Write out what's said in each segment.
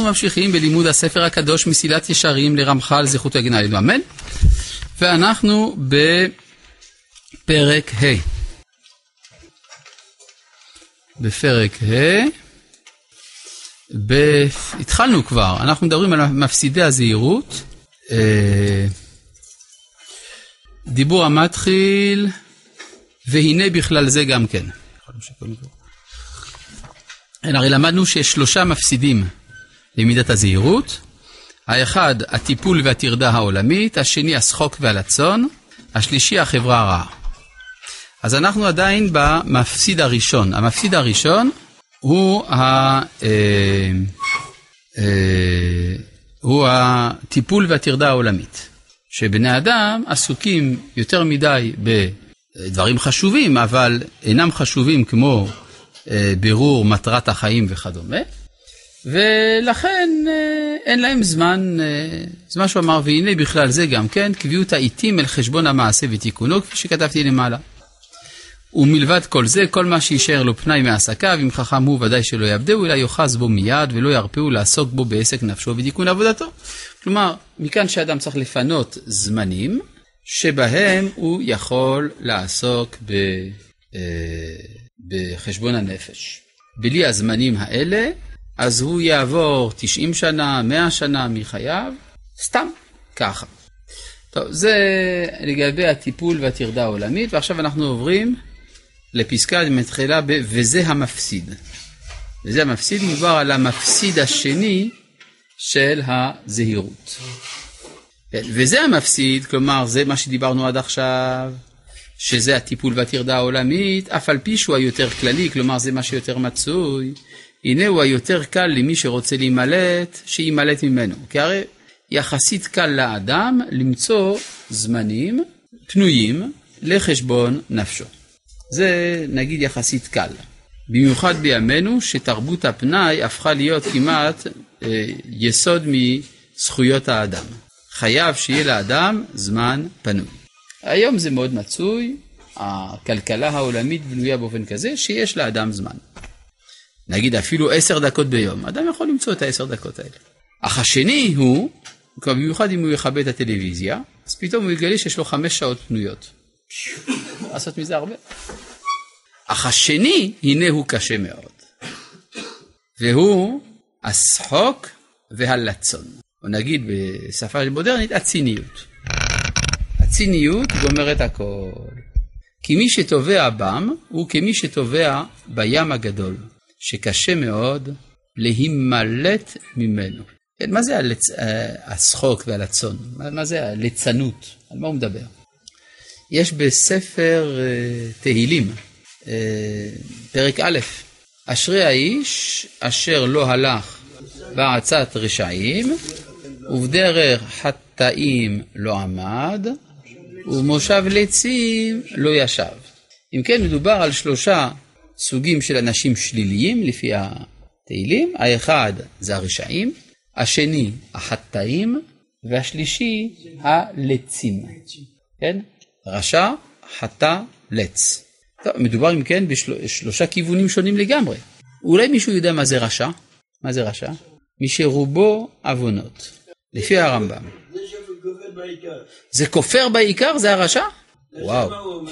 אנחנו ממשיכים בלימוד הספר הקדוש מסילת ישרים לרמח"ל זכות הגנה עלינו אמן. ואנחנו בפרק ה'. בפרק ה' התחלנו כבר, אנחנו מדברים על מפסידי הזהירות. דיבור המתחיל, והנה בכלל זה גם כן. הרי למדנו שיש 3 מפסידים למידת הזהירות. האחד, הטיפול והטרדה העולמית, השני, השחוק והלצון, השלישי, החברה הרעה. אז אנחנו עדיין במפסיד הראשון. המפסיד הראשון הוא הטיפול והטרדה העולמית. שבני אדם עסוקים יותר מדי בדברים חשובים, אבל אינם חשובים כמו בירור מטרת החיים וכדומה. ולכן אין להם זמן, זה מה שהוא אמר, והנה בכלל זה גם כן, קביעות העיתים אל חשבון המעשה ותיקונו, כפי שכתבתי למעלה. ומלבד כל זה, כל מה שישאר לו פנאי מעסקיו, אם חכם הוא ודאי שלא יעבדהו, אלא יוחז בו מיד, ולא ירפאו לעסוק בו בעסק נפשו ותיקון עבודתו. כלומר, מכאן שאדם צריך לפנות זמנים, שבהם הוא יכול לעסוק בחשבון הנפש. בלי הזמנים האלה, אז הוא יעבור 90 שנה, 100 שנה מחייו, סתם ככה. טוב, זה לגבי הטיפול והטרדה העולמית, ועכשיו אנחנו עוברים לפסקה מתחילה וזה המפסיד. וזה המפסיד, מדובר על המפסיד השני של הזהירות. וזה המפסיד, כלומר זה מה שדיברנו עד עכשיו, שזה הטיפול והטרדה העולמית, אף על פי שהוא היותר כללי, כלומר זה מה שיותר מצוי, הנה הוא היותר קל למי שרוצה להימלט, שימלט ממנו. כי הרי יחסית קל לאדם למצוא זמנים פנויים לחשבון נפשו. זה נגיד יחסית קל. במיוחד בימינו שתרבות הפנאי הפכה להיות כמעט יסוד מזכויות האדם. חייב שיהיה לאדם זמן פנוי. היום זה מאוד מצוי, הכלכלה העולמית בנויה באופן כזה שיש לאדם זמן. נגיד אפילו 10 דקות ביום, אדם יכול למצוא את 10 דקות האלה. אך השני הוא, במיוחד אם הוא יכבה את הטלוויזיה, אז פתאום הוא יגלה שיש לו 5 שעות פנויות. לעשות מזה הרבה. אך השני, הנה הוא קשה מאוד. והוא השחוק והלצון. או נגיד בשפה מודרנית, הציניות. הציניות גומרת הכל. כי מי שטובע בם, הוא כמי שטובע בים הגדול, שקשה מאוד להימלט ממנו. כן, מה זה השחוק והלצון? מה זה הליצנות? על מה הוא מדבר? יש בספר תהילים, פרק א', אשרי האיש אשר לא הלך בעצת רשעים, ובדרך חטאים לא עמד, ובמושב לצים לא ישב. אם כן, מדובר על 3 סוגים של אנשים שליליים לפי התהילים. האחד זה הרשעים, השני החטאים, והשלישי הלצים. כן? רשע, חטא, לץ. טוב, מדובר אם כן ב3 כיוונים שונים לגמרי. אולי מישהו יודע מה זה רשע? מה זה רשע? מי שרובו עוונות. לפי הרמב"ם. זה כופר בעיקר? זה הרשע? וואו.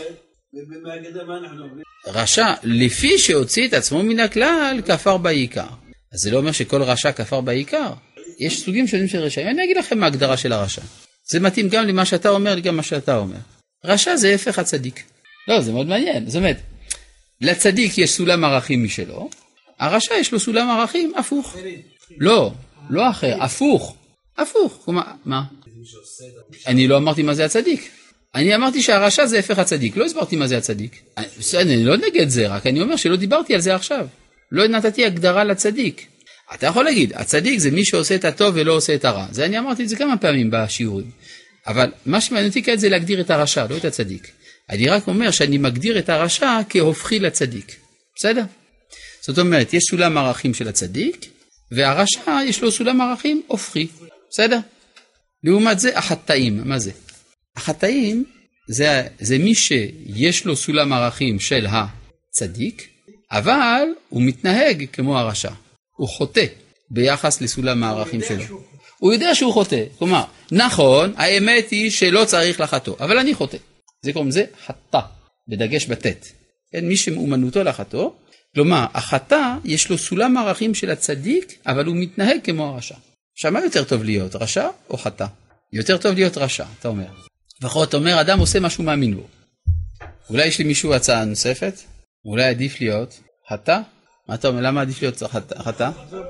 רשע, לפי שהוציא את עצמו מן הכלל, כפר בעיקר. אז זה לא אומר שכל רשע כפר בעיקר. יש סוגים שונים של רשעים. אני אגיד לכם מה ההגדרה של הרשע. זה מתאים גם למה שאתה אומר, גם מה שאתה אומר. רשע זה הפך הצדיק. לא, זה מאוד מעניין. זאת אומרת, לצדיק יש סולם ערכים משלו, הרשע יש לו סולם ערכים הפוך. לא, לא אחר, הפוך. הפוך. מה? אני לא אמרתי מה זה הצדיק. אני אמרתי שהרשע זה הפך הצדיק. לא הסברתי מה זה הצדיק. אני לא נגד זה, רק אני אומר שלא דיברתי על זה עכשיו. לא נתתי הגדרה לצדיק. אתה יכול להגיד, הצדיק זה מי שעושה את הטוב ולא עושה את הרע. זה אני אמרתי את זה כמה פעמים בשיעורים. אבל מה שמעניין אותי כעת זה להגדיר את הרשע, לא את הצדיק. אני רק אומר שאני מגדיר את הרשע כהופכי לצדיק. בסדר? זאת אומרת, יש סולם ערכים של הצדיק, והרשע יש לו סולם ערכים הופכי. בסדר? לעומת זה, החטאים. מה זה? החטאים זה מי שיש לו סולם ערכים של הצדיק, אבל הוא מתנהג כמו הרשע. הוא חוטא. ביחס לסולם הערכים שלו. הוא יודע שהוא חוטא. כלומר, נכון, האמת היא שלא צריך לחטוא, אבל אני חוטא. זה קוראים לזה חטא, בדגש בתת. כן, מי שמאומנותו לחטוא, כלומר, החטא יש לו סולם הערכים של הצדיק, אבל הוא מתנהג כמו הרשע. עכשיו, מה יותר טוב להיות, רשע או חטא? יותר טוב להיות רשע, אתה אומר. לפחות אומר, אדם עושה משהו מאמין בו. אולי יש לי מישהו הצעה נוספת? אולי עדיף להיות חטא? מה אתה אומר, למה עדיף להיות חטא?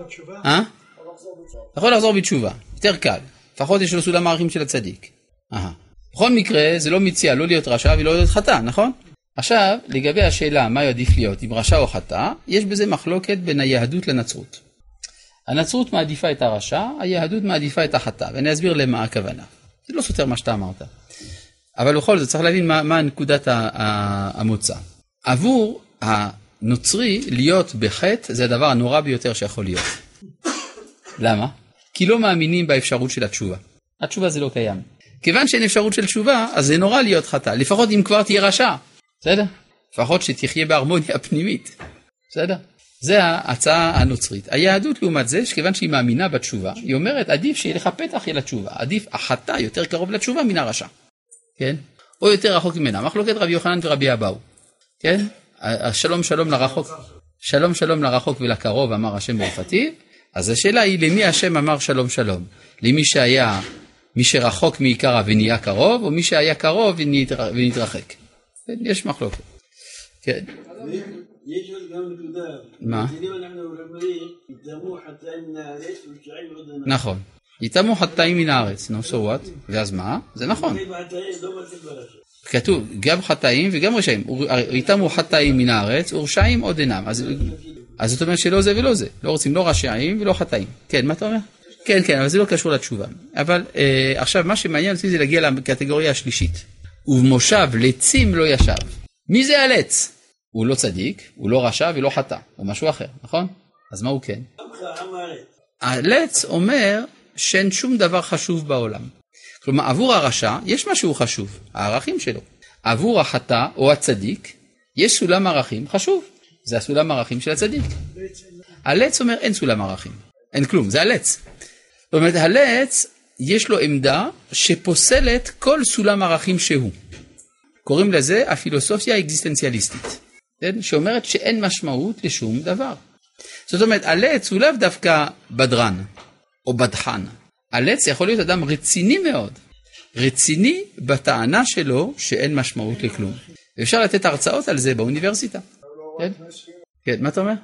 אתה יכול לחזור בתשובה, יותר קל. לפחות יש לו סולם הערכים של הצדיק. בכל מקרה, זה לא מציע לא להיות רשע ולא להיות חטא, נכון? עכשיו, לגבי השאלה מה עדיף להיות, אם רשע או חטא, יש בזה מחלוקת בין היהדות לנצרות. הנצרות מעדיפה את הרשע, היהדות מעדיפה את החטא, ואני אסביר למה הכוונה. זה לא סותר מה שאתה אמרת. אבל בכל זאת צריך להבין מה נקודת המוצא. עבור הנוצרי להיות בחטא זה הדבר הנורא ביותר שיכול להיות. למה? כי לא מאמינים באפשרות של התשובה. התשובה זה לא קיים. כיוון שאין אפשרות של תשובה, אז זה נורא להיות חטא. לפחות אם כבר תהיה רשע. בסדר? לפחות שתחיה בהרמוניה פנימית. בסדר? זה ההצעה הנוצרית. היהדות לעומת זה, שכיוון שהיא מאמינה בתשובה, היא אומרת, עדיף שיהיה לך פתח אל התשובה. עדיף החטא יותר קרוב לתשובה מן הרשע. כן? או יותר רחוק ממנה. מחלוקת רבי יוחנן ורבי אבאו. כן? שלום שלום לרחוק. שלום שלום לרחוק ולקרוב, אמר השם ברפתי. אז השאלה היא, למי השם אמר שלום שלום? למי שהיה, מי שרחוק מעיקרה ונהיה קרוב, או מי שהיה קרוב ונתרחק? כן? יש מחלוקת. כן? יש גם נקודה. מה? יתמו חטאים מן הארץ ורשעים עוד אינם. נכון. יתמו חטאים מן הארץ, נו, so what? ואז מה? זה נכון. כתוב גם חטאים וגם רשעים. יתמו חטאים מן הארץ ורשעים עוד אינם. אז זאת אומרת שלא זה ולא זה. לא רוצים לא רשעים ולא חטאים. כן, מה אתה אומר? כן, כן, אבל זה לא קשור לתשובה. אבל עכשיו מה שמעניין אותי זה להגיע לקטגוריה השלישית. ובמושב לצים לא ישב. מי זה הלץ? הוא לא צדיק, הוא לא רשע ולא חטא, הוא משהו אחר, נכון? אז מה הוא כן? הלץ אומר שאין שום דבר חשוב בעולם. כלומר, עבור הרשע יש משהו חשוב, הערכים שלו. עבור החטא או הצדיק יש סולם ערכים חשוב, זה הסולם ערכים של הצדיק. הלץ אומר אין סולם ערכים, אין כלום, זה הלץ. זאת אומרת, הלץ יש לו עמדה שפוסלת כל סולם ערכים שהוא. קוראים לזה הפילוסופיה האקזיסטנציאליסטית. שאומרת שאין משמעות לשום דבר. זאת אומרת, הלץ הוא לאו דווקא בדרן או בדחן. הלץ יכול להיות אדם רציני מאוד. רציני בטענה שלו שאין משמעות לכלום. ואפשר לתת הרצאות על זה באוניברסיטה. כן? כן, מה אתה אומר?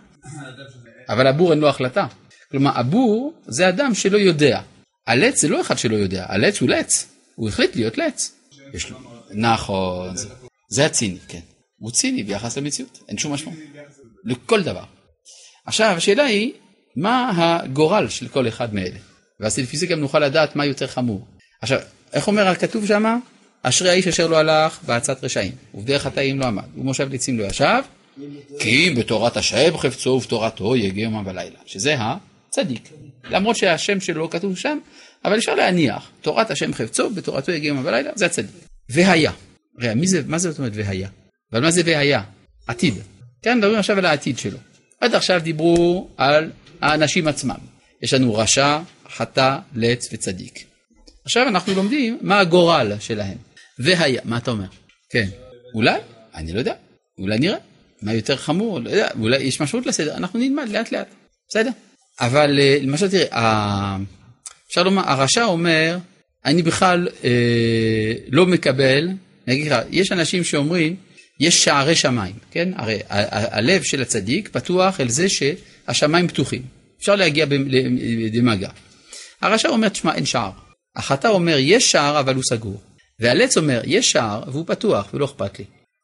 אבל הבור אין לו החלטה. כלומר, הבור זה אדם שלא יודע. הלץ זה לא אחד שלא יודע. הלץ הוא לץ. הוא החליט להיות לץ. יש לו. נכון. זה הציני, כן. הוא ציני ביחס למציאות, אין שום משמעות, לכל דבר. עכשיו, השאלה היא, מה הגורל של כל אחד מאלה? ואז לפי זה גם נוכל לדעת מה יותר חמור. עכשיו, איך אומר הכתוב שמה? אשרי האיש אשר לא הלך בעצת רשעים, ובדרך חטאים לא עמד, ומושב לצים לא ישב, כי אם בתורת השם חפצו ובתורתו יגיע יומם ולילה, שזה הצדיק. למרות שהשם שלו לא כתוב שם, אבל אפשר להניח, תורת השם חפצו, בתורתו יגיע יומם ולילה, זה הצדיק. והיה. ראה, מה זה זאת אומרת והיה? אבל מה זה והיה? עתיד. כאן מדברים עכשיו על העתיד שלו. עד עכשיו דיברו על האנשים עצמם. יש לנו רשע, חטא, לץ וצדיק. עכשיו אנחנו לומדים מה הגורל שלהם. והיה, מה אתה אומר? כן. אולי? אני לא יודע. אולי נראה. מה יותר חמור? לא יודע. אולי יש משמעות לסדר. אנחנו נלמד לאט לאט. בסדר? אבל למשל תראה, אפשר לומר, הרשע אומר, אני בכלל לא מקבל, נגיד לך, יש אנשים שאומרים, יש שערי שמיים, כן? הרי הלב של הצדיק פתוח אל זה שהשמיים פתוחים. אפשר להגיע במגע. הרשע אומר, תשמע, אין שער. החטא אומר, יש שער, אבל הוא סגור. והלץ אומר, יש שער, והוא פתוח, ולא אכפת לי.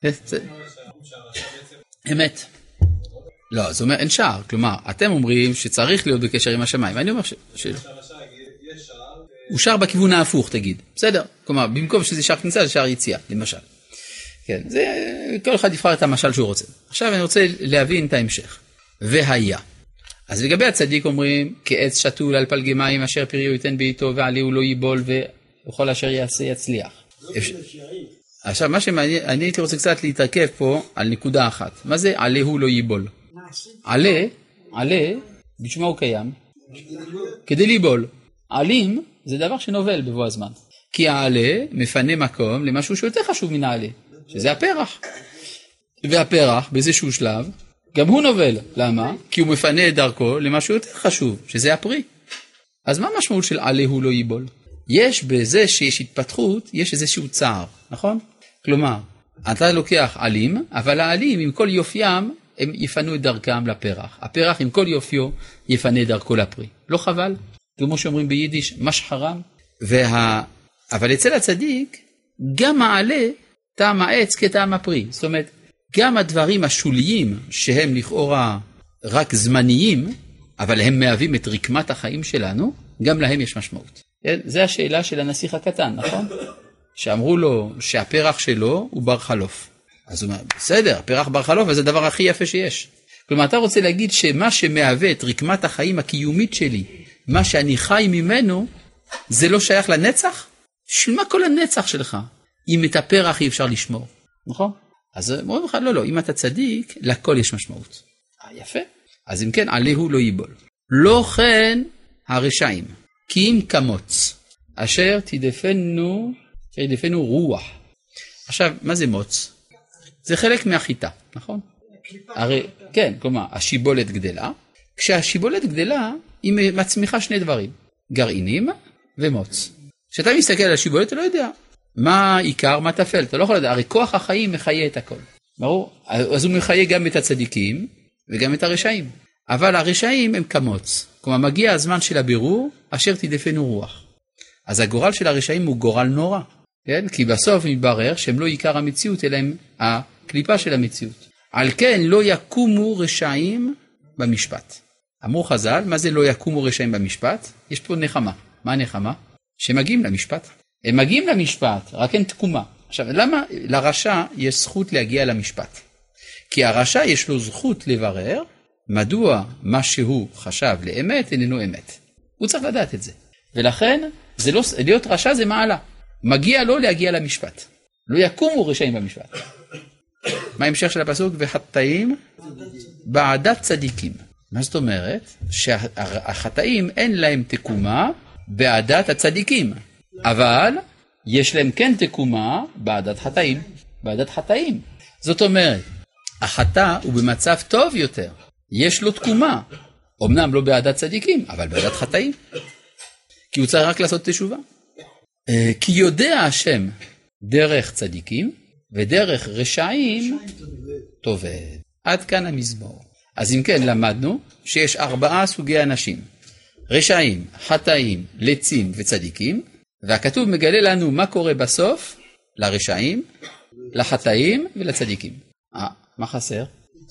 אמת. לא, זה אומר, אין שער. כלומר, אתם אומרים שצריך להיות בקשר עם השמיים. אני אומר שלא. הוא שער בכיוון ההפוך, תגיד. בסדר. כלומר, במקום שזה שער כניסה, זה שער יציאה, למשל. כן, זה, כל אחד יבחר את המשל שהוא רוצה. עכשיו אני רוצה להבין את ההמשך. והיה. אז לגבי הצדיק אומרים, כעץ שתול על פלגי מים אשר פריו ייתן בעיתו ועליהו לא ייבול וכל אשר יעשה יצליח. עכשיו מה שמעניין, אני הייתי רוצה קצת להתרכב פה על נקודה אחת. מה זה עליהו לא ייבול? עלה, בשביל מה הוא קיים? כדי ליבול. עלים זה דבר שנובל בבוא הזמן. כי העלה מפנה מקום למשהו שיותר חשוב מן העלה, שזה הפרח. והפרח באיזשהו שלב, גם הוא נובל. למה? כי הוא מפנה את דרכו למשהו יותר חשוב, שזה הפרי. אז מה המשמעות של עלה הוא לא ייבול? יש בזה שיש התפתחות, יש איזשהו צער, נכון? כלומר, אתה לוקח עלים, אבל העלים עם כל יופיים, הם יפנו את דרכם לפרח. הפרח עם כל יופיו יפנה את דרכו לפרי. לא חבל? כמו שאומרים ביידיש, מש חרם. אבל אצל הצדיק, גם העלה טעם העץ כטעם הפרי. זאת אומרת, גם הדברים השוליים שהם לכאורה רק זמניים, אבל הם מהווים את רקמת החיים שלנו, גם להם יש משמעות. זה השאלה של הנסיך הקטן, נכון? שאמרו לו שהפרח שלו הוא בר חלוף. אז הוא אומר, בסדר, פרח בר חלוף, זה הדבר הכי יפה שיש. כלומר, אתה רוצה להגיד שמה שמהווה את רקמת החיים הקיומית שלי, מה שאני חי ממנו, זה לא שייך לנצח? של מה כל הנצח שלך? אם את הפרח אי אפשר לשמור, נכון? אז אומרים לך, לא, אם אתה צדיק, לכל יש משמעות. יפה. אז אם כן, עליהו לא ייבול. לא כן הרשעים, כי אם כמוץ, אשר תדפנו רוח. עכשיו, מה זה מוץ? זה חלק מהחיטה, נכון? הרי, כן, כלומר, השיבולת גדלה. כשהשיבולת גדלה, היא מצמיחה שני דברים, גרעינים ומוץ. כשאתה מסתכל על השיבולת, אתה לא יודע מה עיקר, מה תפל, אתה לא יכול לדעת, הרי כוח החיים מחיה את הכל. ברור? אז הוא מחיה גם את הצדיקים וגם את הרשעים. אבל הרשעים הם כמוץ. כלומר, מגיע הזמן של הבירור, אשר תדפנו רוח. אז הגורל של הרשעים הוא גורל נורא. כן? כי בסוף מתברר שהם לא עיקר המציאות, אלא הם הקליפה של המציאות. על כן לא יקומו רשעים במשפט. אמרו חז"ל, מה זה לא יקומו רשעים במשפט? יש פה נחמה. מה הנחמה? שמגיעים למשפט. הם מגיעים למשפט, רק אין תקומה. עכשיו, למה לרשע יש זכות להגיע למשפט? כי הרשע יש לו זכות לברר מדוע מה שהוא חשב לאמת איננו אמת. הוא צריך לדעת את זה. ולכן, להיות רשע זה מעלה. מגיע לו להגיע למשפט. לא יקומו רשעים במשפט. מה ההמשך של הפסוק? וחטאים בעדת צדיקים. מה זאת אומרת? שהחטאים אין להם תקומה בעדת הצדיקים. אבל יש להם כן תקומה בעדת חטאים. בעדת חטאים. זאת אומרת, החטא הוא במצב טוב יותר. יש לו תקומה. אמנם לא בעדת צדיקים, אבל בעדת חטאים. כי הוא צריך רק לעשות תשובה. כי יודע השם דרך צדיקים ודרך רשעים טובת. עד כאן המזמור. אז אם כן למדנו שיש 4 סוגי אנשים. רשעים, חטאים, לצים וצדיקים. והכתוב מגלה לנו מה קורה בסוף לרשעים, לחטאים ולצדיקים. מה חסר?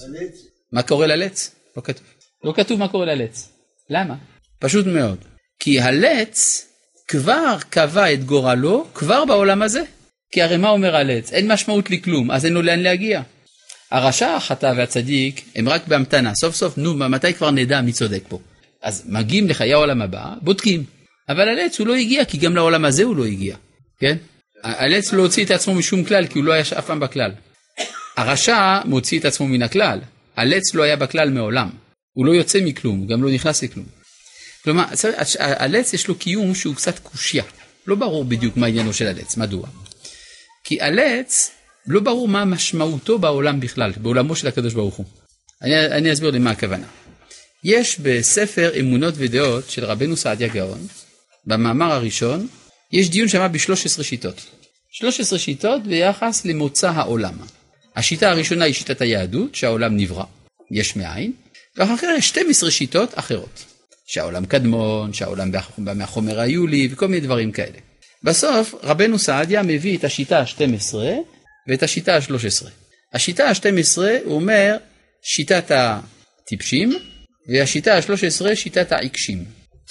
מה קורה ללץ? לא כתוב. לא כתוב מה קורה ללץ. למה? פשוט מאוד. כי הלץ כבר קבע את גורלו כבר בעולם הזה. כי הרי מה אומר הלץ? אין משמעות לכלום, אז אין לו לאן להגיע. הרשע, החטא והצדיק הם רק בהמתנה. סוף סוף, מתי כבר נדע מי צודק פה? אז מגיעים לחיי העולם הבא, בודקים. אבל הלץ הוא לא הגיע, כי גם לעולם הזה הוא לא הגיע. כן? הלץ לא הוציא את עצמו משום כלל, כי הוא לא היה אף פעם בכלל. הרשע מוציא את עצמו מן הכלל. הלץ לא היה בכלל מעולם. הוא לא יוצא מכלום, הוא גם לא נכנס לכלום. כלומר, הלץ יש לו קיום שהוא קצת קושיה. לא ברור בדיוק מה עניינו של הלץ. מדוע? כי הלץ לא ברור מה משמעותו בעולם בכלל, בעולמו של הקדוש ברוך הוא. אני אסביר למה הכוונה. יש בספר אמונות ודעות של רבנו סעדיה גאון, במאמר הראשון, יש דיון שמה ב13 שיטות. 13 שיטות ביחס למוצא העולם. השיטה הראשונה היא שיטת היהדות, שהעולם נברא, יש מאין, ואחר כך יש 12 שיטות אחרות. שהעולם קדמון, שהעולם בא מהחומר היולי, וכל מיני דברים כאלה. בסוף רבנו סעדיה מביא את השיטה ה-12 ואת השיטה ה-13. השיטה ה-12 הוא אומר שיטת הטיפשים, והשיטה ה-13 שיטת העיקשים.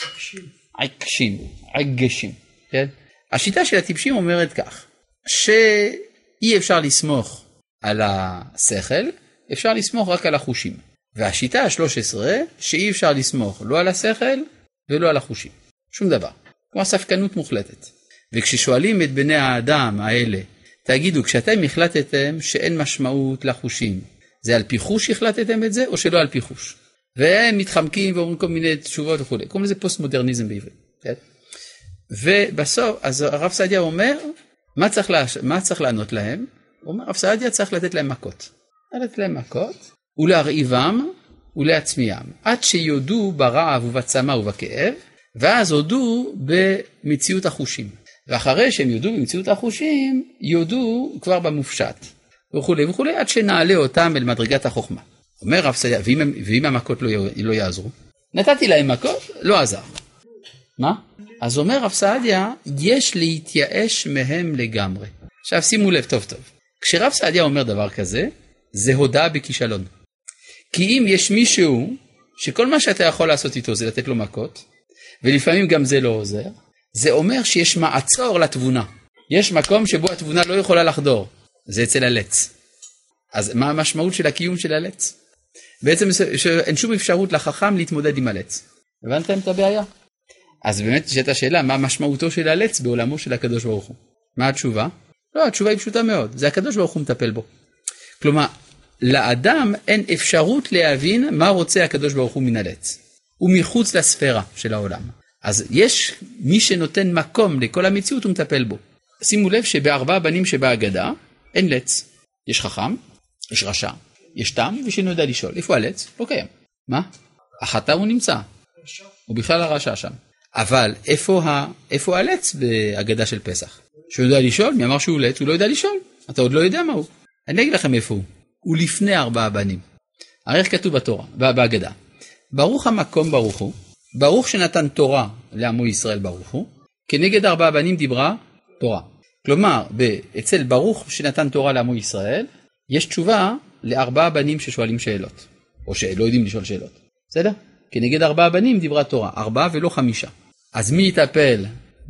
עיקשים. כן? השיטה של הטיפשים אומרת כך, שאי אפשר לסמוך על השכל, אפשר לסמוך רק על החושים. והשיטה ה-13 שאי אפשר לסמוך לא על השכל ולא על החושים. שום דבר. כמו ספקנות מוחלטת. וכששואלים את בני האדם האלה, תגידו, כשאתם החלטתם שאין משמעות לחושים, זה על פי חוש החלטתם את זה או שלא על פי חוש? והם מתחמקים ואומרים כל מיני תשובות וכו'. קוראים לזה פוסט-מודרניזם בעברית. כן? ובסוף, אז הרב סעדיה אומר, מה צריך לענות להם? הוא אומר, הרב סעדיה צריך לתת להם מכות. לתת להם מכות, ולהרעיבם, ולהצמיעם, עד שיודו ברעב ובצמא ובכאב, ואז הודו במציאות החושים. ואחרי שהם יודו במציאות החושים, יודו כבר במופשט, וכו' וכו', עד שנעלה אותם אל מדרגת החוכמה. אומר רב סעדיה, ואם המכות לא יעזרו? נתתי להם מכות, לא עזר. מה? אז אומר רב סעדיה, יש להתייאש מהם לגמרי. עכשיו שימו לב טוב טוב. כשרב סעדיה אומר דבר כזה, זה הודעה בכישלון. כי אם יש מישהו שכל מה שאתה יכול לעשות איתו זה לתת לו מכות, ולפעמים גם זה לא עוזר, זה אומר שיש מעצור לתבונה. יש מקום שבו התבונה לא יכולה לחדור. זה אצל הלץ. אז מה המשמעות של הקיום של הלץ? בעצם אין שום אפשרות לחכם להתמודד עם הלץ. הבנתם את הבעיה? אז באמת יש את השאלה, מה משמעותו של הלץ בעולמו של הקדוש ברוך הוא? מה התשובה? לא, התשובה היא פשוטה מאוד. זה הקדוש ברוך הוא מטפל בו. כלומר, לאדם אין אפשרות להבין מה רוצה הקדוש ברוך הוא מן הלץ. הוא מחוץ לספירה של העולם. אז יש מי שנותן מקום לכל המציאות ומטפל בו. שימו לב שבארבעה בנים שבהגדה אין לץ. יש חכם, יש רשע, יש תם ושאינו יודע לשאול. איפה הלץ? לא קיים. מה? החטא הוא נמצא. הוא בכלל הרשע שם. אבל איפה הלץ בהגדה של פסח? שהוא יודע לשאול? מי אמר שהוא לץ? הוא לא יודע לשאול. אתה עוד לא יודע מה הוא. אני אגיד לכם איפה הוא. הוא לפני ארבעה בנים. הרי איך כתוב בתורה, בהגדה. ברוך המקום ברוך הוא, ברוך שנתן תורה לעמו ישראל ברוך הוא, כנגד ארבעה בנים דיברה תורה. כלומר, אצל ברוך שנתן תורה לעמו ישראל, יש תשובה לארבעה בנים ששואלים שאלות, או שלא יודעים לשאול שאלות. בסדר? כנגד ארבעה בנים דיברה תורה, 4 ולא 5. אז מי יטפל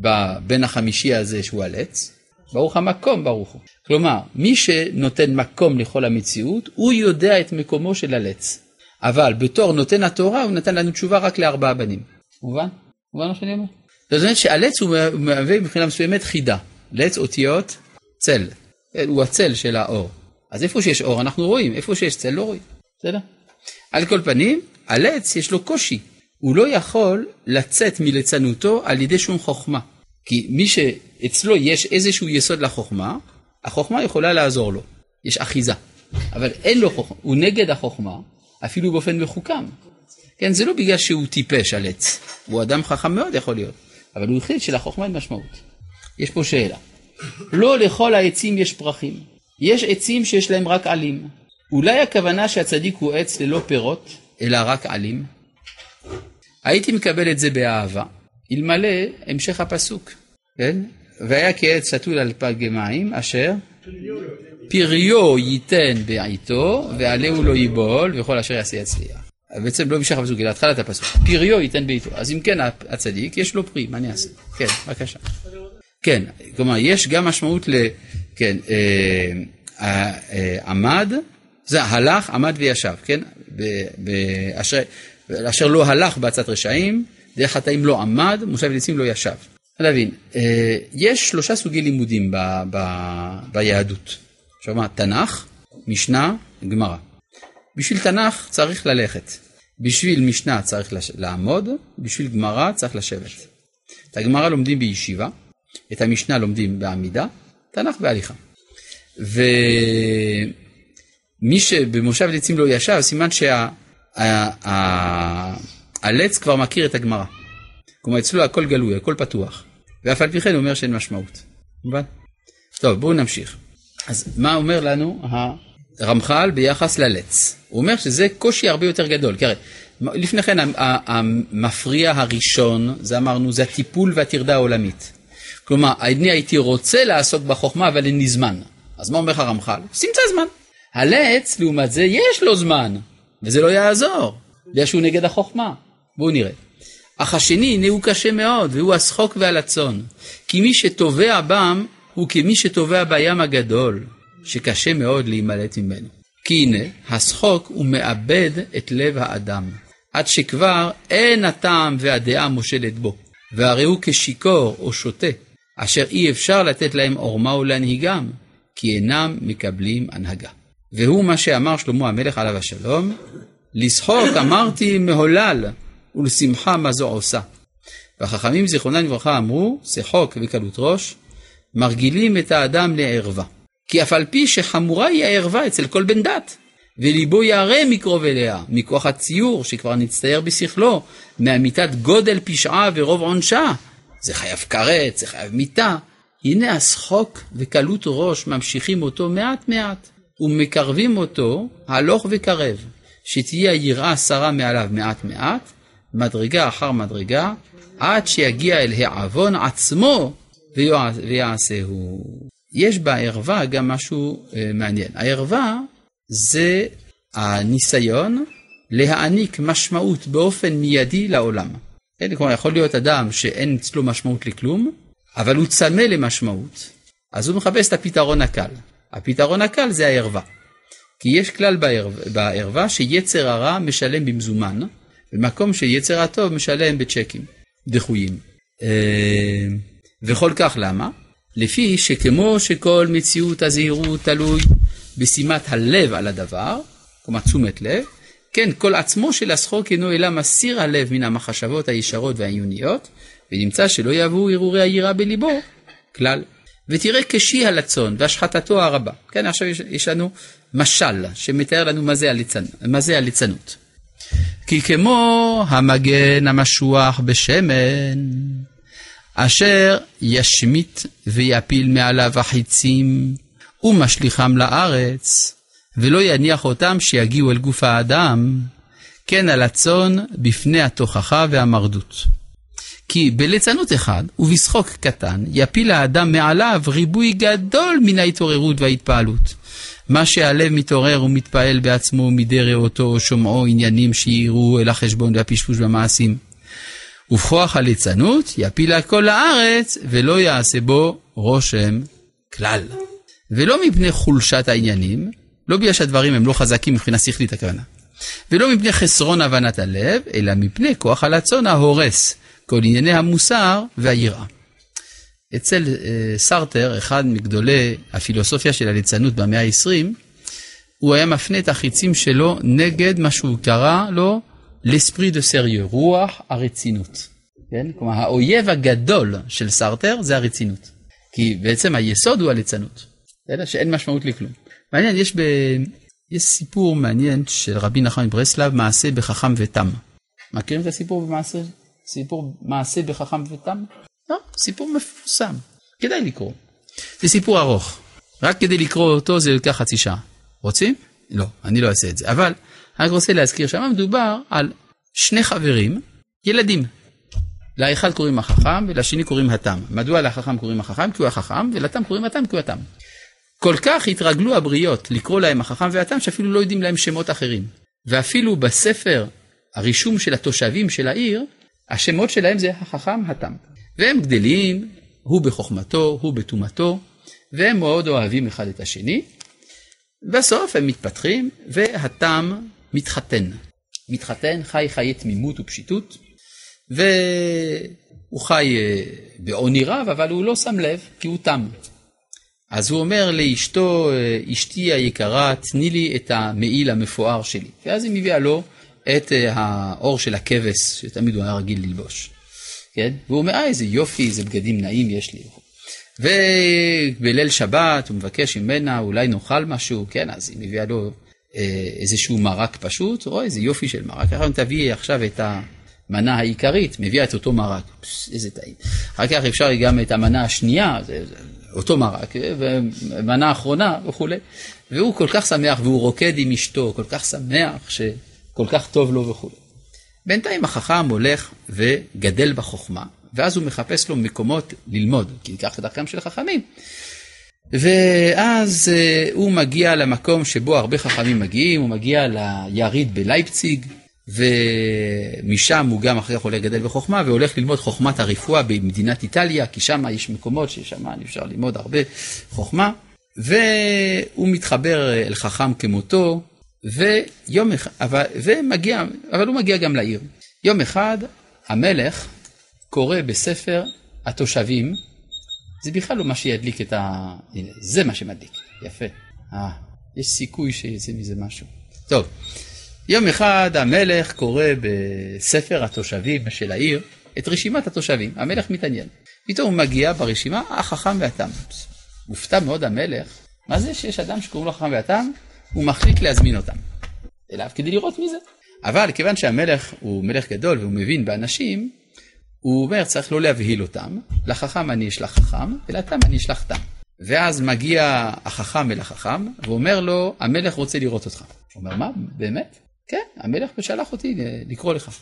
בין החמישי הזה שהוא הלץ? ברוך המקום ברוך הוא. כלומר, מי שנותן מקום לכל המציאות, הוא יודע את מקומו של הלץ. אבל בתור נותן התורה, הוא נתן לנו תשובה רק ל4 בנים. מובן? מובן מה שאני אומר? זאת אומרת שהלץ הוא מהווה מבחינה מסוימת חידה. לץ אותיות צל. הוא הצל של האור. אז איפה שיש אור אנחנו רואים, איפה שיש צל לא רואים. בסדר? על כל פנים, הלץ יש לו קושי. הוא לא יכול לצאת מלצנותו על ידי שום חוכמה. כי מי שאצלו יש איזשהו יסוד לחוכמה, החוכמה יכולה לעזור לו. יש אחיזה. אבל אין לו חוכמה. הוא נגד החוכמה, אפילו באופן מחוכם. כן, זה לא בגלל שהוא טיפש הלץ. הוא אדם חכם מאוד יכול להיות. אבל הוא החליט שלחוכמה אין משמעות. יש פה שאלה. לא לכל העצים יש פרחים. יש עצים שיש להם רק עלים. אולי הכוונה שהצדיק הוא עץ ללא פירות, אלא רק עלים? הייתי מקבל את זה באהבה, אלמלא המשך הפסוק, כן? והיה כעץ שתול על פג מים, אשר פריו ייתן בעיתו, ועלהו לא ייבול, וכל אשר יעשה יצליח. בעצם לא המשך הפסוק, אלא התחלת הפסוק. פריו ייתן בעיתו. אז אם כן, הצדיק, יש לו פרי, מה אני אעשה? כן, בבקשה. כן, כלומר, יש גם משמעות כן, עמד, זה הלך, עמד וישב, כן? אשר לא הלך בעצת רשעים, דרך חטאים לא עמד, מושב לצים לא ישב. להבין, יש 3 סוגי לימודים ביהדות. שאומר, תנ"ך, משנה, גמרא. בשביל תנ"ך צריך ללכת. בשביל משנה צריך לעמוד, בשביל גמרא צריך לשבת. את הגמרא לומדים בישיבה, את המשנה לומדים בעמידה, תנ"ך בהליכה. ומי שבמושב לצים לא ישב, סימן שהלץ כבר מכיר את הגמרא. כלומר, אצלו הכל גלוי, הכל פתוח. ואף על פי כן הוא אומר שאין משמעות. מובן? טוב, בואו נמשיך. אז מה אומר לנו הרמח"ל ביחס ללץ? הוא אומר שזה קושי הרבה יותר גדול. כי הרי, לפני כן המפריע הראשון, זה אמרנו, זה הטיפול והטרדה העולמית. כלומר, אני הייתי רוצה לעסוק בחוכמה, אבל אין לי זמן. אז מה אומר הרמח"ל? סמצא זמן. הלץ, לעומת זה, יש לו זמן, וזה לא יעזור. בגלל שהוא נגד החוכמה. בואו נראה. אך השני, הנה הוא קשה מאוד, והוא השחוק והלצון. כי מי שטובע בם, הוא כמי שטובע בים הגדול, שקשה מאוד להימלט ממנו. כי הנה, השחוק הוא מאבד את לב האדם, עד שכבר אין הטעם והדעה מושלת בו. והרי הוא כשיקור או שוטה, אשר אי אפשר לתת להם עורמה ולהנהיגם, כי אינם מקבלים הנהגה. והוא מה שאמר שלמה המלך עליו השלום, לשחוק אמרתי מהולל, ולשמחה מה זו עושה. והחכמים זיכרונם לברכה אמרו, שחוק וקלות ראש, מרגילים את האדם לערווה. כי אף על פי שחמורה היא הערווה אצל כל בן דת, וליבו יערה מקרוב אליה, מכוח הציור שכבר נצטייר בשכלו, מאמיתת גודל פשעה ורוב עונשה. זה חייב כרת, זה חייב מיתה. הנה השחוק וקלות ראש ממשיכים אותו מעט מעט, ומקרבים אותו הלוך וקרב, שתהיה היראה שרה מעליו מעט מעט, מדרגה אחר מדרגה, עד שיגיע אל העוון עצמו ויעשהו. יש בערווה גם משהו מעניין. הערווה זה הניסיון להעניק משמעות באופן מיידי לעולם. כלומר, יכול להיות אדם שאין אצלו משמעות לכלום, אבל הוא צמא למשמעות, אז הוא מחפש את הפתרון הקל. הפתרון הקל זה הערווה. כי יש כלל בערווה שיצר הרע משלם במזומן, במקום שיצר הטוב משלם בצ'קים דחויים. וכל כך למה? לפי שכמו שכל מציאות הזהירות תלוי בשימת הלב על הדבר, כלומר תשומת לב, כן, כל עצמו של השחוק אינו אלא מסיר הלב מן המחשבות הישרות והעיוניות, ונמצא שלא יבואו הרהורי היראה בליבו כלל. ותראה כשי הלצון והשחטתו הרבה. כן, עכשיו יש לנו משל שמתאר לנו מה זה הליצנות. כי כמו המגן המשוח בשמן, אשר ישמיט ויפיל מעליו החיצים, ומשליחם לארץ, ולא יניח אותם שיגיעו אל גוף האדם, כן הלצון בפני התוכחה והמרדות. כי בליצנות אחד ובשחוק קטן יפיל האדם מעליו ריבוי גדול מן ההתעוררות וההתפעלות. מה שהלב מתעורר ומתפעל בעצמו מדי ראותו או שומעו עניינים שיראו אל החשבון והפשפוש במעשים. ובכוח הליצנות יפיל הכל לארץ ולא יעשה בו רושם כלל. ולא מפני חולשת העניינים, לא בגלל שהדברים הם לא חזקים מבחינה שכלית הכוונה, ולא מפני חסרון הבנת הלב, אלא מפני כוח הלצון ההורס כל ענייני המוסר והיראה. אצל סרטר, אחד מגדולי הפילוסופיה של הליצנות במאה ה-20, הוא היה מפנה את החיצים שלו נגד מה שהוא קרא לו l'esprit de sérieux, רוח הרצינות. כן? כלומר, האויב הגדול של סרטר זה הרצינות. כי בעצם היסוד הוא הליצנות. שאין משמעות לכלום. מעניין, יש סיפור מעניין של רבי נחמן מברסלב, מעשה בחכם ותם. מכירים את הסיפור במעשה? סיפור מעשה בחכם ותם? לא, סיפור מפורסם. כדאי לקרוא. זה סיפור ארוך. רק כדי לקרוא אותו זה לקח חצי שעה. רוצים? לא, אני לא אעשה את זה. אבל אני רוצה להזכיר שמה מדובר על שני חברים, ילדים. לאחד קוראים החכם ולשני קוראים התם. מדוע לחכם קוראים החכם? כי הוא החכם, ולתם קוראים התם כי הוא התם. כל כך התרגלו הבריות לקרוא להם החכם והתם שאפילו לא יודעים להם שמות אחרים. ואפילו בספר הרישום של התושבים של העיר, השמות שלהם זה החכם התם. והם גדלים, הוא בחוכמתו, הוא בתומתו, והם מאוד אוהבים אחד את השני. בסוף הם מתפתחים והתם מתחתן. מתחתן, חי חיי תמימות ופשיטות, והוא חי בעוני רב, אבל הוא לא שם לב כי הוא תם. אז הוא אומר לאשתו, אשתי היקרה, תני לי את המעיל המפואר שלי. ואז היא מביאה לו את האור של הכבש, שתמיד הוא היה רגיל ללבוש. כן? והוא אומר, איזה יופי, איזה בגדים נעים יש לי. ובליל שבת הוא מבקש ממנה, אולי נאכל משהו, כן? אז היא מביאה לו איזשהו מרק פשוט, או איזה יופי של מרק. אחר כך תביא עכשיו את המנה העיקרית, מביאה את אותו מרק. איזה טעים. אחר כך אפשר גם את המנה השנייה, אותו מרק, ומנה האחרונה וכו'. והוא כל כך שמח, והוא רוקד עם אשתו, כל כך שמח שכל כך טוב לו וכו'. בינתיים החכם הולך וגדל בחוכמה, ואז הוא מחפש לו מקומות ללמוד, כי כך דרכם של חכמים. ואז הוא מגיע למקום שבו הרבה חכמים מגיעים, הוא מגיע ליריד בלייפציג, ומשם הוא גם אחרי הולך גדל בחוכמה, והולך ללמוד חוכמת הרפואה במדינת איטליה, כי שם יש מקומות ששם אפשר ללמוד הרבה חוכמה, והוא מתחבר אל חכם כמותו, ויום אחד, אבל הוא מגיע גם לעיר. יום אחד המלך קורא בספר התושבים, זה בכלל לא מה שידליק את זה מה שמדליק, יפה. יש סיכוי שיצא מזה משהו. טוב, יום אחד המלך קורא בספר התושבים של העיר את רשימת התושבים, המלך מתעניין. פתאום הוא מגיע ברשימה החכם והתם. מופתע מאוד המלך, מה זה שיש אדם שקוראים לו חכם והתם? הוא מחליט להזמין אותם אליו כדי לראות מי זה. אבל כיוון שהמלך הוא מלך גדול והוא מבין באנשים, הוא אומר צריך לא להבהיל אותם, לחכם אני אשלח חכם ולתם אני אשלח תם. ואז מגיע החכם אל החכם ואומר לו המלך רוצה לראות אותך. הוא אומר מה באמת? כן, המלך שלח אותי לקרוא לך.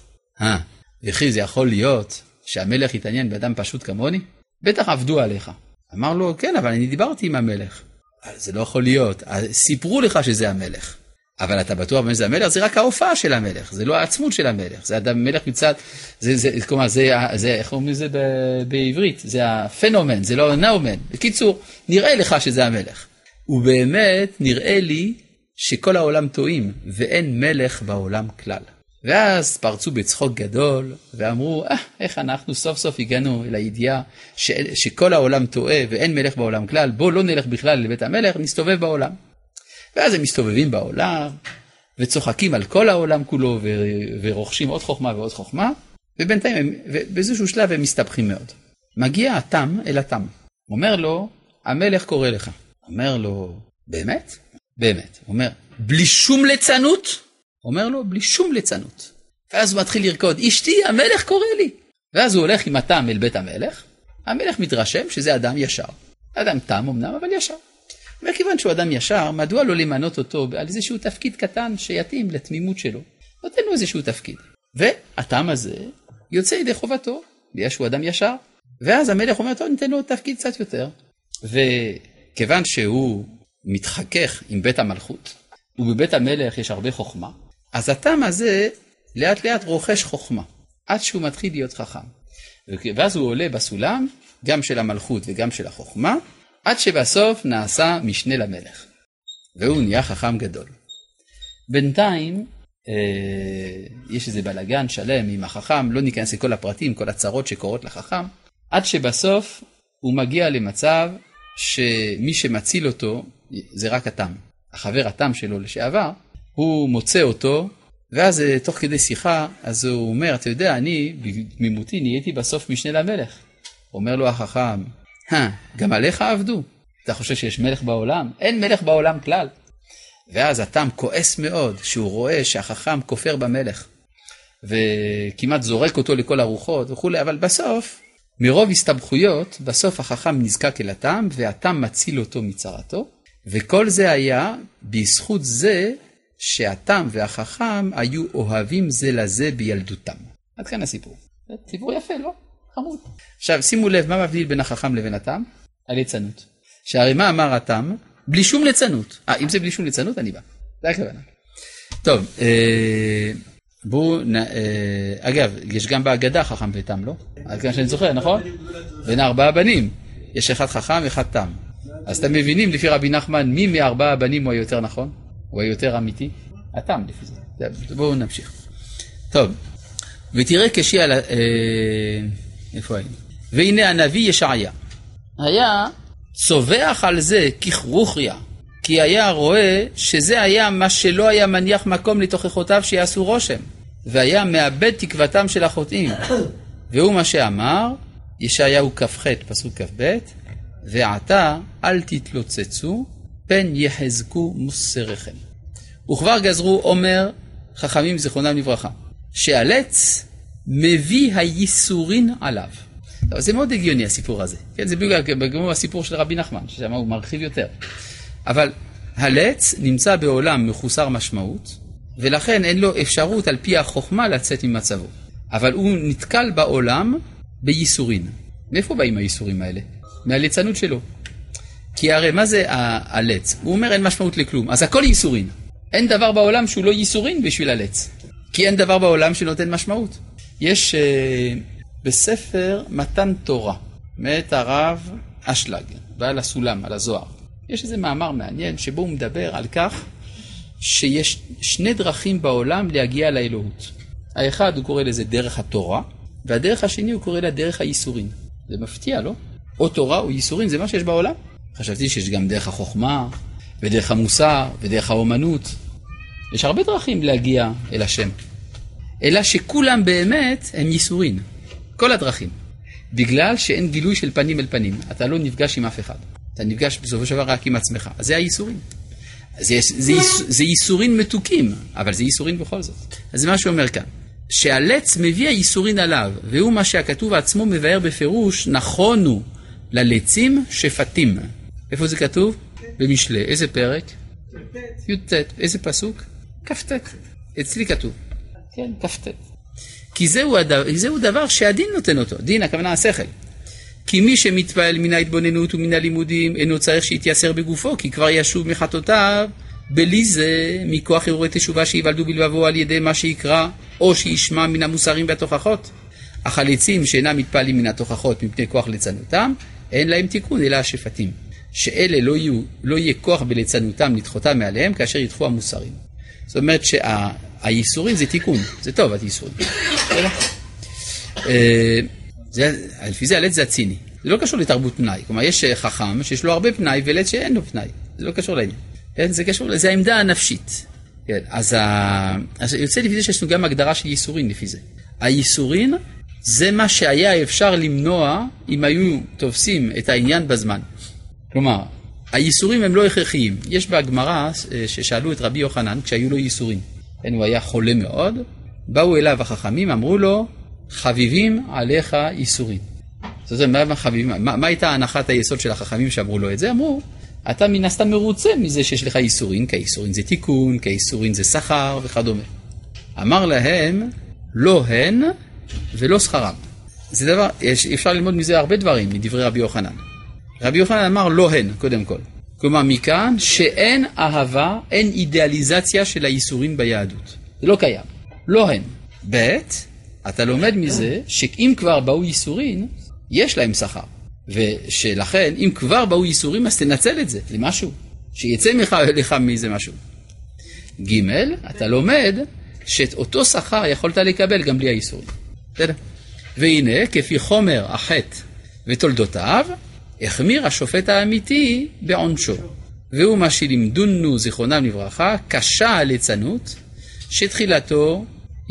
וכי זה יכול להיות שהמלך יתעניין באדם פשוט כמוני? בטח עבדו עליך. אמר לו כן אבל אני דיברתי עם המלך. זה לא יכול להיות, סיפרו לך שזה המלך. אבל אתה בטוח שזה המלך, זה רק ההופעה של המלך, זה לא העצמות של המלך, זה אדם מלך מצד, כלומר, איך אומרים זה בעברית? זה הפנומן, זה לא נאומן. בקיצור, נראה לך שזה המלך. ובאמת נראה לי שכל העולם טועים, ואין מלך בעולם כלל. ואז פרצו בצחוק גדול, ואמרו, איך אנחנו סוף סוף הגענו לידיעה שכל העולם טועה, ואין מלך בעולם כלל, בוא לא נלך בכלל לבית המלך, נסתובב בעולם. ואז הם מסתובבים בעולם, וצוחקים על כל העולם כולו, ורוכשים עוד חוכמה ועוד חוכמה, ובינתיים, באיזשהו שלב הם מסתבכים מאוד. מגיע התם אל התם, אומר לו, המלך קורא לך. אומר לו, באמת? באמת. אומר, בלי שום ליצנות? אומר לו, בלי שום ליצנות. ואז הוא מתחיל לרקוד, אשתי, המלך קורא לי. ואז הוא הולך עם התם אל בית המלך, המלך מתרשם שזה אדם ישר. אדם תם אמנם, אבל ישר. וכיוון שהוא אדם ישר, מדוע לא למנות אותו על איזשהו תפקיד קטן שיתאים לתמימות שלו? נותן לו איזשהו תפקיד. והתם הזה יוצא ידי חובתו, בגלל שהוא אדם ישר. ואז המלך אומר, טוב, ניתן לו תפקיד קצת יותר. וכיוון שהוא מתחכך עם בית המלכות, ובבית המלך יש הרבה חוכמה, אז התם הזה לאט לאט רוכש חוכמה, עד שהוא מתחיל להיות חכם. ואז הוא עולה בסולם, גם של המלכות וגם של החוכמה, עד שבסוף נעשה משנה למלך. והוא נהיה חכם גדול. בינתיים, יש איזה בלגן שלם עם החכם, לא ניכנס לכל הפרטים, כל הצרות שקורות לחכם, עד שבסוף הוא מגיע למצב שמי שמציל אותו זה רק התם. החבר התם שלו לשעבר, הוא מוצא אותו, ואז תוך כדי שיחה, אז הוא אומר, אתה יודע, אני בתמימותי נהייתי בסוף משנה למלך. אומר לו החכם, גם עליך עבדו. אתה חושב שיש מלך בעולם? אין מלך בעולם כלל. ואז התם כועס מאוד שהוא רואה שהחכם כופר במלך, וכמעט זורק אותו לכל הרוחות וכו'. אבל בסוף, מרוב הסתבכויות, בסוף החכם נזקק אל התם, והתם מציל אותו מצרתו. וכל זה היה בזכות זה שהתם והחכם היו אוהבים זה לזה בילדותם. עד כאן הסיפור. סיפור יפה, לא? חמוד. עכשיו, שימו לב, מה מבדיל בין החכם לבין התם? הליצנות. שהרי מה אמר התם? בלי שום ליצנות. אם זה בלי שום ליצנות, אני בא. זה הכוונה. טוב, בואו, אגב, יש גם בהגדה חכם ותם, לא? עד כאן שאני זוכר, נכון? בין 4 בנים. יש אחד חכם ואחד תם. אז אתם מבינים לפי רבי נחמן, מי מ4 הבנים הוא היותר נכון? הוא היותר אמיתי? התם לפי זה. בואו נמשיך. טוב, ותראה כשי על... איפה היינו? והנה הנביא ישעיה. היה צובח על זה ככרוכיה, כי היה רואה שזה היה מה שלא היה מניח מקום לתוכחותיו שיעשו רושם, והיה מאבד תקוותם של החוטאים. והוא מה שאמר, ישעיהו כ"ח פסוק כ"ב, ועתה אל תתלוצצו, פן יחזקו מוסריכם. וכבר גזרו אומר חכמים זיכרונם לברכה, שהלץ מביא הייסורין עליו. טוב, זה מאוד הגיוני הסיפור הזה. כן, זה בגמור הסיפור של רבי נחמן, ששם הוא מרחיב יותר. אבל הלץ נמצא בעולם מחוסר משמעות, ולכן אין לו אפשרות על פי החוכמה לצאת ממצבו. אבל הוא נתקל בעולם בייסורין. מאיפה באים הייסורים האלה? מהליצנות שלו. כי הרי מה זה הלץ? הוא אומר אין משמעות לכלום. אז הכל ייסורין. אין דבר בעולם שהוא לא ייסורין בשביל הלץ. כי אין דבר בעולם שנותן משמעות. יש בספר מתן תורה, מאת הרב אשלג, ועל הסולם, על הזוהר. יש איזה מאמר מעניין שבו הוא מדבר על כך שיש 2 דרכים בעולם להגיע לאלוהות. האחד הוא קורא לזה דרך התורה, והדרך השני הוא קורא לה דרך הייסורין. זה מפתיע, לא? או תורה או ייסורין, זה מה שיש בעולם. חשבתי שיש גם דרך החוכמה, ודרך המוסר, ודרך האומנות. יש הרבה דרכים להגיע אל השם. אלא שכולם באמת הם ייסורים. כל הדרכים. בגלל שאין גילוי של פנים אל פנים. אתה לא נפגש עם אף אחד. אתה נפגש בסופו של דבר רק עם עצמך. אז זה הייסורים. זה ייסורים מתוקים, אבל זה ייסורים בכל זאת. אז זה מה שאומר כאן. שהלץ מביא הייסורים עליו, והוא מה שהכתוב עצמו מבאר בפירוש, נכונו ללצים שפטים. איפה זה כתוב? במשלי. איזה פרק? י"ט. איזה פסוק? כ"ט. אצלי כתוב. כן, כ"ט. כי זהו דבר שהדין נותן אותו. דין, הכוונה השכל. כי מי שמתפעל מן ההתבוננות ומן הלימודים, אינו צריך שיתייסר בגופו, כי כבר ישוב מחטאותיו, בלי זה, מכוח הרהורי תשובה שיוולדו בלבבו על ידי מה שיקרא, או שישמע מן המוסרים והתוכחות. החלצים שאינם מתפעלים מן התוכחות מפני כוח ליצנותם, אין להם תיקון אלא השפטים. שאלה לא יהיה כוח בליצנותם לדחותם מעליהם, כאשר ידחו המוסרים. זאת אומרת שהייסורים זה תיקון, זה טוב הייסורים. לפי זה הלץ זה הציני. זה לא קשור לתרבות פנאי. כלומר, יש חכם שיש לו הרבה פנאי ולץ שאין לו פנאי. זה לא קשור לעניין. זה קשור, זה העמדה הנפשית. אז יוצא לפי זה שיש לנו גם הגדרה של ייסורים לפי זה. הייסורים זה מה שהיה אפשר למנוע אם היו תופסים את העניין בזמן. כלומר, הייסורים הם לא הכרחיים. יש בהגמרא ששאלו את רבי יוחנן כשהיו לו ייסורים. הוא היה חולה מאוד. באו אליו החכמים, אמרו לו, חביבים עליך ייסורים. זאת אומרת, מה הייתה הנחת היסוד של החכמים שאמרו לו את זה? אמרו, אתה מן הסתם מרוצה מזה שיש לך ייסורים, כי הייסורים זה תיקון, כי הייסורים זה שכר וכדומה. אמר להם, לא הן ולא שכרם. זה דבר, אפשר ללמוד מזה הרבה דברים, מדברי רבי יוחנן. רבי יוחנן אמר לא הן, קודם כל. כלומר, מכאן שאין אהבה, אין אידיאליזציה של הייסורים ביהדות. זה לא קיים. לא הן. ב' אתה לומד מזה שאם כבר באו ייסורים, יש להם שכר. ושלכן, אם כבר באו ייסורים, אז תנצל את זה למשהו. שיצא לך מזה משהו. ג' אתה לומד שאת אותו שכר יכולת לקבל גם בלי הייסורים. בסדר? והנה, כפי חומר החטא ותולדותיו, החמיר השופט האמיתי בעונשו. והוא מה שלימדונו זיכרונם לברכה, קשה הליצנות, שתחילתו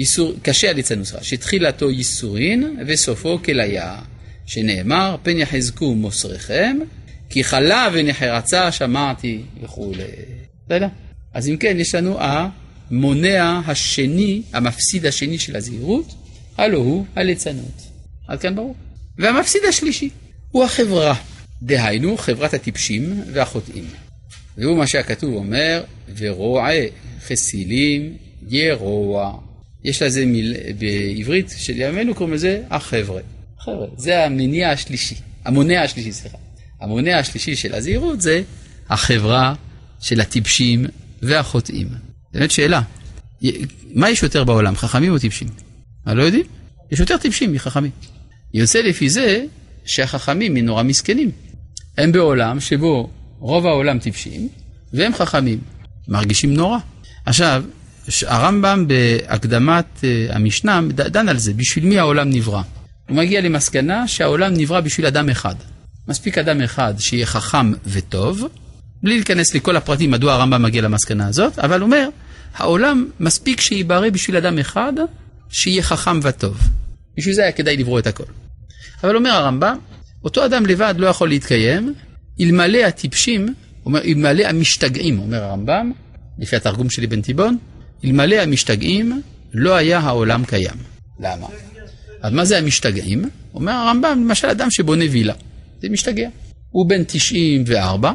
שתחילתו ייסורין וסופו כליה, שנאמר פן יחזקו מוסריכם, כי חלה ונחרצה שמעתי וכו'. אז אם כן, יש לנו המונע השני, המפסיד השני של הזהירות, הלא הוא הליצנות. עד כאן ברור. והמפסיד השלישי הוא החברה, דהיינו חברת הטיפשים והחוטאים. והוא מה שהכתוב אומר, ורועי חסילים ירוע. יש לזה בעברית של ימינו קוראים לזה החבר'ה. זה המונע השלישי. המונע השלישי של הזהירות זה החברה של הטיפשים והחוטאים. באמת שאלה, מה יש יותר בעולם, חכמים או טיפשים? לא יודעים? יש יותר טיפשים מחכמים. יוצא לפי זה שהחכמים נורא מסכנים. הם בעולם שבו רוב העולם טיפשים והם חכמים. מרגישים נורא. עכשיו, הרמב"ם בהקדמת המשנה דן על זה, בשביל מי העולם נברא. הוא מגיע למסקנה שהעולם נברא בשביל אדם אחד. מספיק אדם אחד שיהיה חכם וטוב, בלי להיכנס לכל הפרטים מדוע הרמב"ם מגיע למסקנה הזאת, אבל הוא אומר, העולם מספיק שיברא בשביל אדם אחד שיהיה חכם וטוב. בשביל זה היה כדאי לברוא את הכל. אבל אומר הרמב"ם, אותו אדם לבד לא יכול להתקיים, אלמלא הטיפשים, אלמלא המשתגעים, אומר הרמב"ם, לפי התרגום שלי בן תיבון, אלמלא המשתגעים לא היה העולם קיים. למה? אז מה זה המשתגעים? אומר הרמב"ם, למשל אדם שבונה וילה, זה משתגע. הוא בן 94,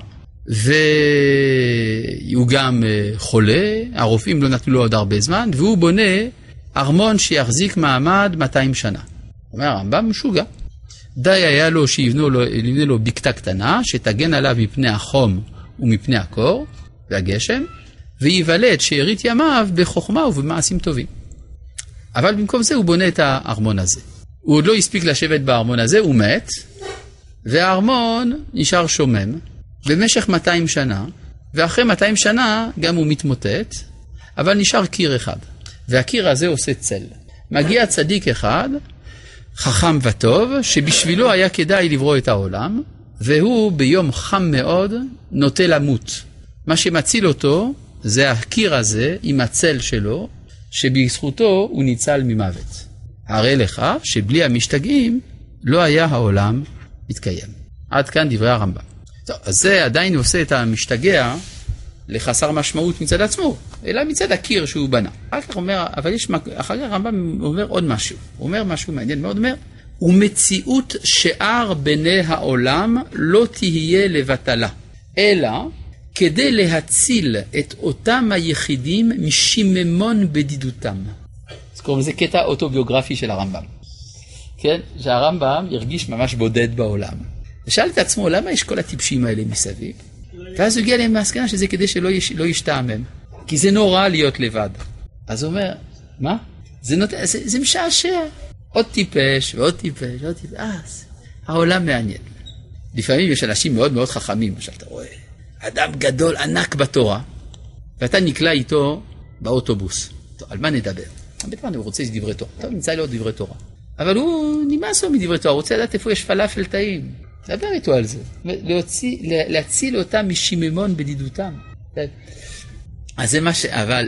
והוא גם חולה, הרופאים לא נתנו לו עוד הרבה זמן, והוא בונה ארמון שיחזיק מעמד 200 שנה. אומר הרמב"ם, משוגע. די היה לו שיבנה לו בקתה קטנה, שתגן עליו מפני החום ומפני הקור והגשם, ויבלט שארית ימיו בחוכמה ובמעשים טובים. אבל במקום זה הוא בונה את הארמון הזה. הוא עוד לא הספיק לשבת בארמון הזה, הוא מת, והארמון נשאר שומם במשך 200 שנה, ואחרי 200 שנה גם הוא מתמוטט, אבל נשאר קיר אחד. והקיר הזה עושה צל. מגיע צדיק אחד, חכם וטוב, שבשבילו היה כדאי לברוא את העולם, והוא ביום חם מאוד נוטה למות. מה שמציל אותו זה הקיר הזה עם הצל שלו, שבזכותו הוא ניצל ממוות. הרי לך שבלי המשתגעים לא היה העולם מתקיים. עד כאן דברי הרמב"ם. טוב, אז זה עדיין עושה את המשתגע לחסר משמעות מצד עצמו, אלא מצד הקיר שהוא בנה. אחר כך אומר, אבל אחר כך הרמב"ם אומר עוד משהו. הוא אומר משהו מעניין מאוד, אומר, ומציאות שאר בני העולם לא תהיה לבטלה, אלא כדי להציל את אותם היחידים משיממון בדידותם. אז קוראים לזה קטע אוטוביוגרפי של הרמב"ם. כן? שהרמב"ם ירגיש ממש בודד בעולם. ושאל את עצמו, למה יש כל הטיפשים האלה מסביב? ואז הוא הגיע להם מהסכנה שזה כדי שלא ישתעמם. כי זה נורא להיות לבד. אז הוא אומר, מה? זה משעשע. עוד טיפש ועוד טיפש ועוד טיפש. העולם מעניין. לפעמים יש אנשים מאוד מאוד חכמים. עכשיו אתה רואה, אדם גדול ענק בתורה, ואתה נקלע איתו באוטובוס. טוב, על מה נדבר? בטמן הוא רוצה דברי תורה. טוב, נמצא לו דברי תורה. אבל הוא נמאס לו מדברי תורה, הוא רוצה לדעת איפה יש פלאפל טעים. דבר איתו על זה. להציל אותם משיממון בדידותם. אז זה מה אבל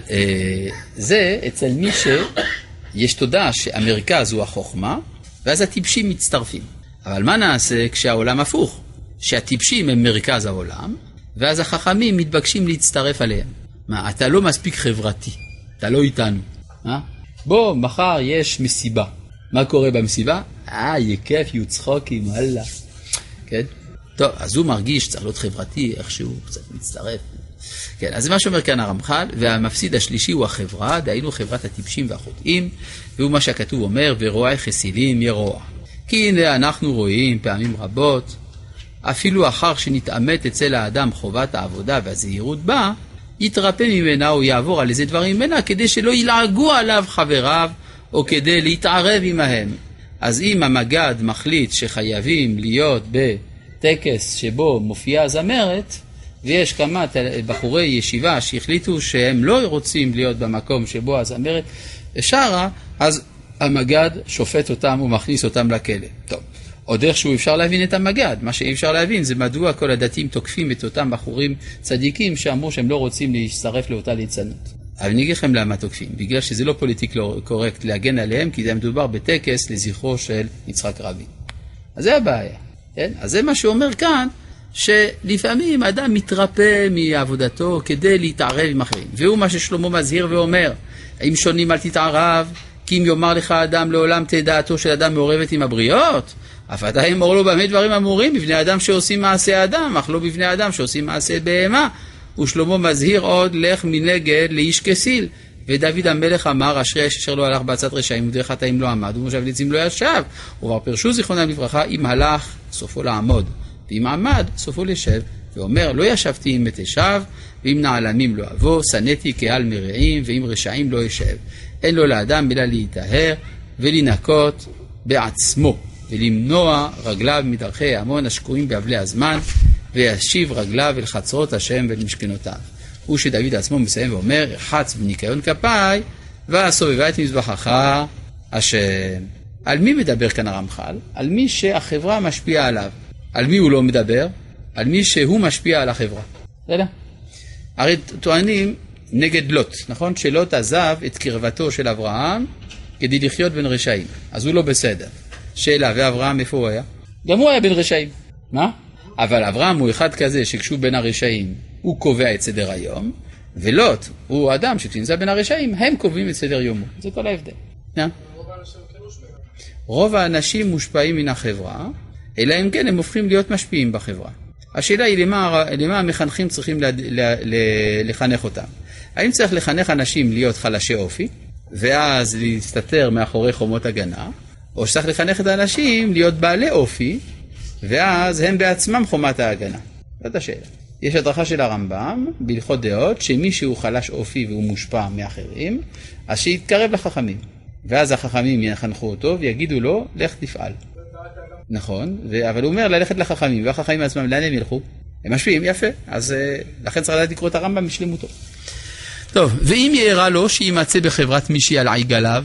זה אצל מי שיש תודעה שהמרכז הוא החוכמה, ואז הטיפשים מצטרפים. אבל מה נעשה כשהעולם הפוך? שהטיפשים הם מרכז העולם, ואז החכמים מתבקשים להצטרף עליהם. מה, אתה לא מספיק חברתי, אתה לא איתנו. בוא, מחר יש מסיבה. מה קורה במסיבה? יהיה כיף, יהיו צחוקים, וואלה. כן? טוב, אז הוא מרגיש צריך להיות חברתי, איכשהו קצת מצטרף. כן, אז זה מה שאומר כאן הרמח"ל, והמפסיד השלישי הוא החברה, דהיינו חברת הטיפשים והחוטאים, והוא מה שהכתוב אומר, ורואי חסילים ירוע. כי הנה אנחנו רואים פעמים רבות, אפילו אחר שנתאמת אצל האדם חובת העבודה והזהירות בה, יתרפא ממנה או יעבור על איזה דברים ממנה, כדי שלא ילעגו עליו חבריו, או כדי להתערב עמהם. אז אם המגד מחליט שחייבים להיות בטקס שבו מופיעה זמרת, ויש כמה בחורי ישיבה שהחליטו שהם לא רוצים להיות במקום שבו הזמרת שרה, אז המגד שופט אותם ומכניס אותם לכלא. טוב, עוד איכשהו אפשר להבין את המגד. מה שאי אפשר להבין זה מדוע כל הדתיים תוקפים את אותם בחורים צדיקים שאמרו שהם לא רוצים להצטרף לאותה ליצנות. אבל אני אגיד לכם למה תוקפים. בגלל שזה לא פוליטיק לא קורקט להגן עליהם, כי זה מדובר בטקס לזכרו של יצחק רבין. אז זה הבעיה. כן? אז זה מה שאומר כאן, שלפעמים אדם מתרפא מעבודתו כדי להתערב עם אחרים. והוא מה ששלמה מזהיר ואומר, אם שונים אל תתערב, כי אם יאמר לך אדם לעולם תדעתו של אדם מעורבת עם הבריות, אף אתה אמור לו באמת דברים אמורים בבני אדם שעושים מעשה אדם, אך לא בבני אדם שעושים מעשה בהמה. ושלמה מזהיר עוד, לך מנגד לאיש כסיל. ודוד המלך אמר, אשרי האיש אשר לא הלך בעצת רשעים ודרך חטאים לא עמד, ומושב לצים לא ישב. ובר פרשו זיכרונם לברכה, אם הלך סופו לעמוד, ואם עמד סופו לשב. ואומר, לא ישבתי עם מתשב, ואם נעלמים לא אבוא, שנאתי קהל מרעים, ואם רשעים לא ישב. אין לו לאדם אלא להיטהר ולנקות בעצמו, ולמנוע רגליו מדרכי ההמון השקועים באבלי הזמן, וישיב רגליו אל חצרות השם ואל משכנותיו. הוא שדוד עצמו מסיים ואומר, רחץ בניקיון כפיי, והסובבה את מזבחך השם. על מי מדבר כאן הרמח"ל? על מי שהחברה משפיעה עליו. על מי הוא לא מדבר? על מי שהוא משפיע על החברה. בסדר? הרי טוענים נגד לוט, נכון? שלוט עזב את קרבתו של אברהם כדי לחיות בין רשעים. אז הוא לא בסדר. שאלה, ואברהם איפה הוא היה? גם הוא היה בין רשעים. מה? אבל אברהם הוא אחד כזה שכשהוא בין הרשעים, הוא קובע את סדר היום, ולוט הוא אדם שכשנמצא בין הרשעים, הם קובעים את סדר יומו. זה כל ההבדל. רוב האנשים מושפעים מן החברה, אלא אם כן הם הופכים להיות משפיעים בחברה. השאלה היא למה המחנכים צריכים לחנך אותם. האם צריך לחנך אנשים להיות חלשי אופי, ואז להסתתר מאחורי חומות הגנה, או שצריך לחנך את האנשים להיות בעלי אופי, ואז הם בעצמם חומת ההגנה. זאת השאלה. יש הדרכה של הרמב"ם בהלכות דעות, שמי שהוא חלש אופי והוא מושפע מאחרים, אז שיתקרב לחכמים. ואז החכמים יחנכו אותו ויגידו לו, לך תפעל. נכון, אבל הוא אומר ללכת לחכמים, והחכמים עצמם, לאן הם ילכו? הם משפיעים, יפה. אז לכן צריך לדעת לקרוא את הרמב"ם בשלמותו. טוב, ואם יארע לו שימצא בחברת מישהי על עגליו,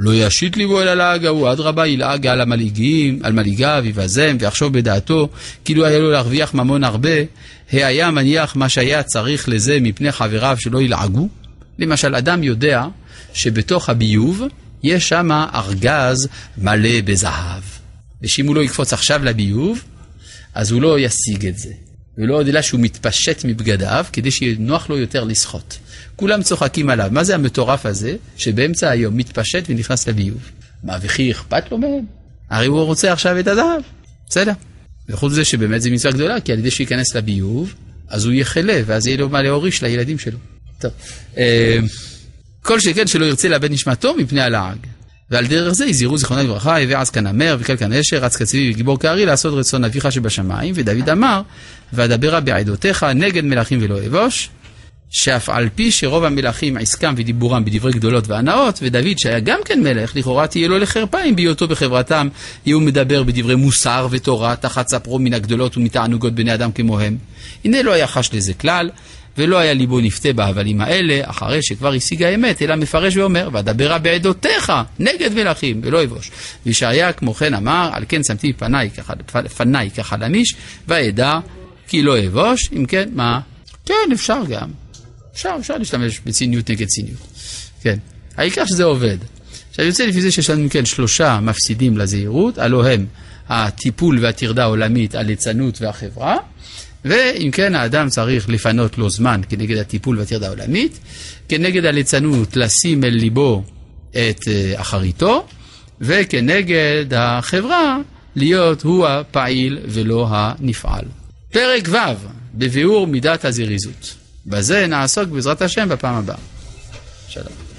לא ישית ליבו אל הלעג ההוא, אדרבה ילעג על מנהיגיו, יבזם ויחשוב בדעתו, כאילו היה לו להרוויח ממון הרבה, היה מניח מה שהיה צריך לזה מפני חבריו שלא ילעגו. למשל, אדם יודע שבתוך הביוב יש שם ארגז מלא בזהב. ושאם הוא לא יקפוץ עכשיו לביוב, אז הוא לא ישיג את זה. ולא עוד אלא שהוא מתפשט מבגדיו, כדי שיהיה נוח לו יותר לשחות. כולם צוחקים עליו. מה זה המטורף הזה, שבאמצע היום מתפשט ונכנס לביוב? מה, וכי אכפת לו מהם? הרי הוא רוצה עכשיו את הזהב. בסדר. וחוץ זה שבאמת זה מצווה גדולה, כי על ידי שייכנס לביוב, אז הוא יחלה, ואז יהיה לו מה להוריש לילדים שלו. טוב. כל שכן שלא ירצה לאבד נשמתו מפני הלעג. ועל דרך זה יזהרו זיכרונה לברכה, הווה עז כנמר וקל כנשר, רץ כצבי וגיבור כארי, לעשות רצון אביך שבשמיים. ודוד אמר, ואדברה בעדותיך נגד מלכים ולא אבוש, שאף על פי שרוב המלכים עסקם ודיבורם בדברי גדולות והנאות, ודוד שהיה גם כן מלך, לכאורה תהיה לו לחרפה אם בהיותו בחברתם, יהיו מדבר בדברי מוסר ותורה, תחת ספרו מן הגדולות ומתענוגות בני אדם כמוהם. הנה לא היה חש לזה כלל, ולא היה ליבו נפתה בהבלים האלה, אחרי שכבר השיג האמת, אלא מפרש ואומר, ואדברה בעדותיך נגד מלכים ולא אבוש. וישעיה כמו כן אמר, על כן שמתי פניי כחלמיש, ואדע כי לא אבוש. אם כן, מה? כן, אפשר גם. אפשר להשתמש בציניות נגד ציניות. כן. העיקר שזה עובד. עכשיו יוצא לפי זה שיש לנו כן 3 מפסידים לזהירות, הלא הם הטיפול והתרדה העולמית, הליצנות והחברה, ואם כן האדם צריך לפנות לו זמן כנגד הטיפול והתרדה העולמית, כנגד הליצנות לשים אל ליבו את אחריתו, וכנגד החברה להיות הוא הפעיל ולא הנפעל. פרק ו' בביאור מידת הזריזות. בזה נעסוק בעזרת השם בפעם הבאה. שלום.